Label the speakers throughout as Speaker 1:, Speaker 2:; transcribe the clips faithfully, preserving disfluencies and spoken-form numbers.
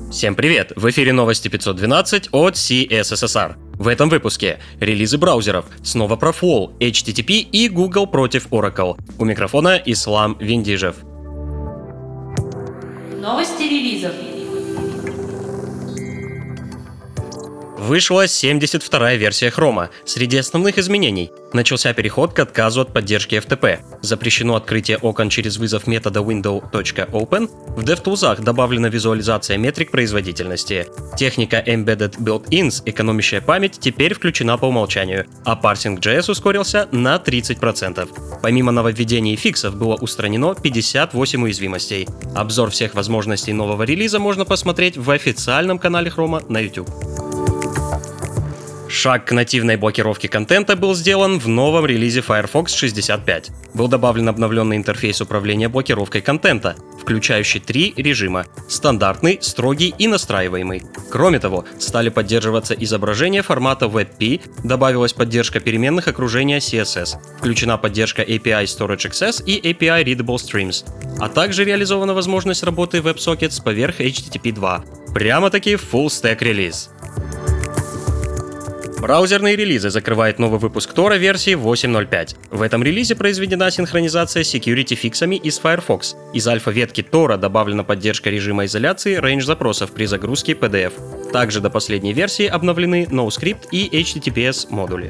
Speaker 1: Всем привет! В эфире новости пятьсот двенадцать от си эс эс эс ар. В этом выпуске релизы браузеров, снова про Flow, эйч ти ти пи и Google против Oracle. У микрофона Ислам Виндижев.
Speaker 2: Новости релизов.
Speaker 1: Вышла семьдесят вторая версия Chrome. Среди основных изменений начался переход к отказу от поддержки эф ти пи. Запрещено открытие окон через вызов метода window.open. В DevTools добавлена визуализация метрик производительности. Техника Embedded Built-ins, экономящая память, теперь включена по умолчанию, а парсинг джей эс ускорился на тридцать процентов. Помимо нововведений и фиксов было устранено пятьдесят восемь уязвимостей. Обзор всех возможностей нового релиза можно посмотреть в официальном канале Chrome на YouTube. Шаг к нативной блокировке контента был сделан в новом релизе Firefox шестьдесят пять. Был добавлен обновленный интерфейс управления блокировкой контента, включающий три режима – стандартный, строгий и настраиваемый. Кроме того, стали поддерживаться изображения формата WebP, добавилась поддержка переменных окружения си эс эс, включена поддержка эй пи ай Storage Access и эй пи ай Readable Streams, а также реализована возможность работы WebSockets поверх эйч ти ти пи два. Прямо-таки full-stack релиз. Браузерные релизы закрывает новый выпуск Tor версии восемь ноль пять. В этом релизе произведена синхронизация с security-фиксами из Firefox. Из альфа-ветки Tor добавлена поддержка режима изоляции range-запросов при загрузке пи ди эф. Также до последней версии обновлены NoScript и эйч ти ти пи эс модули.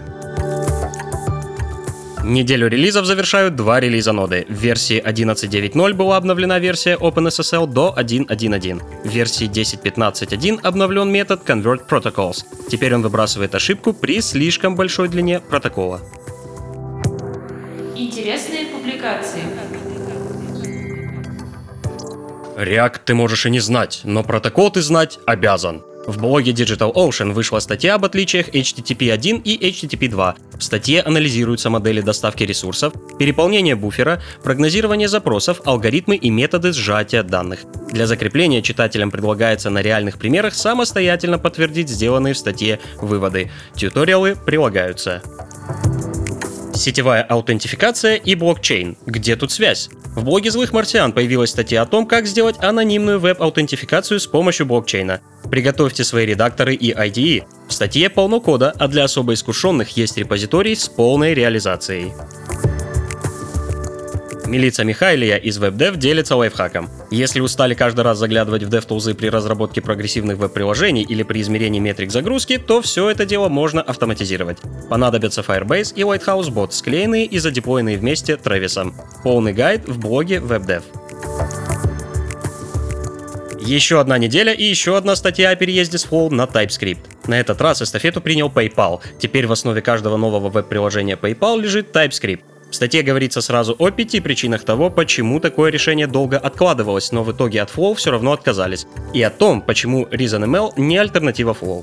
Speaker 1: Неделю релизов завершают два релиза ноды. В версии одиннадцать точка девять точка ноль была обновлена версия OpenSSL до один точка один точка один. В версии десять точка пятнадцать точка один обновлен метод ConvertProtocols. Теперь он выбрасывает ошибку при слишком большой длине протокола.
Speaker 2: Интересные публикации.
Speaker 1: React ты можешь и не знать, но протокол ты знать обязан. В блоге DigitalOcean вышла статья об отличиях эйч ти ти пи один и эйч ти ти пи два. В статье анализируются модели доставки ресурсов, переполнение буфера, прогнозирование запросов, алгоритмы и методы сжатия данных. Для закрепления читателям предлагается на реальных примерах самостоятельно подтвердить сделанные в статье выводы. Тьюториалы прилагаются. Сетевая аутентификация и блокчейн. Где тут связь? В блоге Злых Марсиан появилась статья о том, как сделать анонимную веб-аутентификацию с помощью блокчейна. Приготовьте свои редакторы и ай ди и. В статье полно кода, а для особо искушенных есть репозиторий с полной реализацией. Милица Михайлия из WebDev делится лайфхаком. Если устали каждый раз заглядывать в DevTools при разработке прогрессивных веб-приложений или при измерении метрик загрузки, то все это дело можно автоматизировать. Понадобятся Firebase и Lighthouse Bot, склеенные и задеплоенные вместе Трэвисом. Полный гайд в блоге WebDev. Еще одна неделя и еще одна статья о переезде с Flow на TypeScript. На этот раз эстафету принял PayPal. Теперь в основе каждого нового веб-приложения PayPal лежит TypeScript. В статье говорится сразу о пяти причинах того, почему такое решение долго откладывалось, но в итоге от Flow все равно отказались. И о том, почему ReasonML не альтернатива Flow.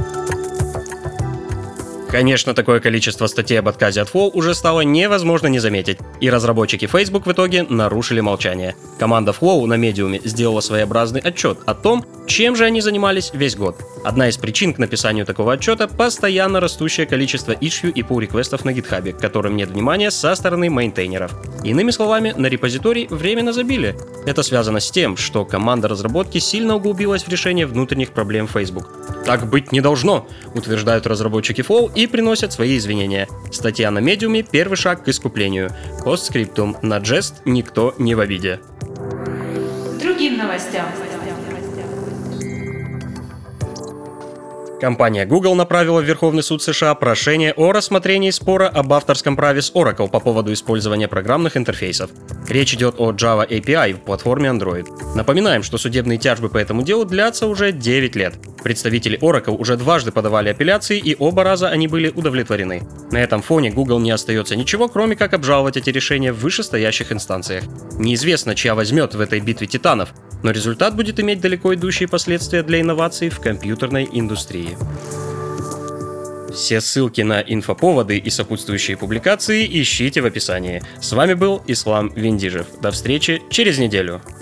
Speaker 1: Конечно, такое количество статей об отказе от Flow уже стало невозможно не заметить, и разработчики Facebook в итоге нарушили молчание. Команда Flow на Medium сделала своеобразный отчет о том, чем же они занимались весь год. Одна из причин к написанию такого отчета – постоянно растущее количество issue и pull-реквестов на GitHub, к которым нет внимания со стороны мейнтейнеров. Иными словами, на репозиторий временно забили. Это связано с тем, что команда разработки сильно углубилась в решение внутренних проблем Facebook. Так быть не должно, утверждают разработчики Flow и приносят свои извинения. Статья на Medium – первый шаг к искуплению. Постскриптум: на Jest никто не в обиде.
Speaker 2: Другим новостям.
Speaker 1: Компания Google направила в Верховный суд США прошение о рассмотрении спора об авторском праве с Oracle по поводу использования программных интерфейсов. Речь идет о Java эй пи ай в платформе Android. Напоминаем, что судебные тяжбы по этому делу длятся уже девять лет. Представители Oracle уже дважды подавали апелляции, и оба раза они были удовлетворены. На этом фоне Google не остается ничего, кроме как обжаловать эти решения в вышестоящих инстанциях. Неизвестно, чья возьмет в этой битве титанов, но результат будет иметь далеко идущие последствия для инноваций в компьютерной индустрии. Все ссылки на инфоповоды и сопутствующие публикации ищите в описании. С вами был Ислам Виндижев. До встречи через неделю.